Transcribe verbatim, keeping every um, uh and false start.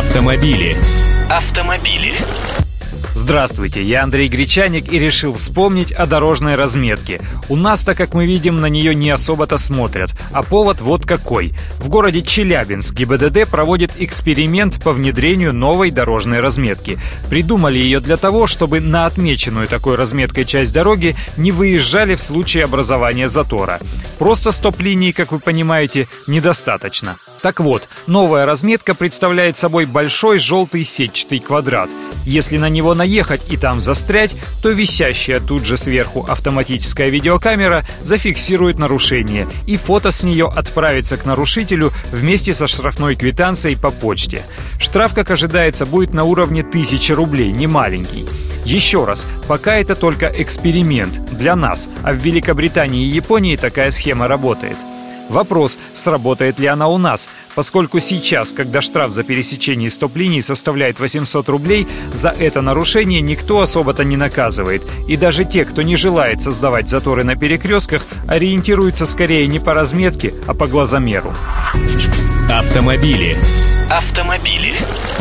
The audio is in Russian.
Автомобили. Автомобили. Здравствуйте, я Андрей Гречаник и решил вспомнить о дорожной разметке. У нас-то, как мы видим, на нее не особо-то смотрят. А повод вот какой. В городе Челябинск ГИБДД проводит эксперимент по внедрению новой дорожной разметки. Придумали ее для того, чтобы на отмеченную такой разметкой часть дороги не выезжали в случае образования затора. Просто стоп-линии, как вы понимаете, недостаточно. Так вот, новая разметка представляет собой большой желтый сетчатый квадрат. Если на него наехать и там застрять, то висящая тут же сверху автоматическая видеокамера зафиксирует нарушение, и фото с нее отправится к нарушителю вместе со штрафной квитанцией по почте. Штраф, как ожидается, будет на уровне тысячи рублей, не маленький. Еще раз, пока это только эксперимент для нас, а в Великобритании и Японии такая схема работает. Вопрос, сработает ли она у нас, поскольку сейчас, когда штраф за пересечение стоп-линий составляет восемьсот рублей, за это нарушение никто особо-то не наказывает. И даже те, кто не желает создавать заторы на перекрестках, ориентируются скорее не по разметке, а по глазомеру. Автомобили. Автомобили.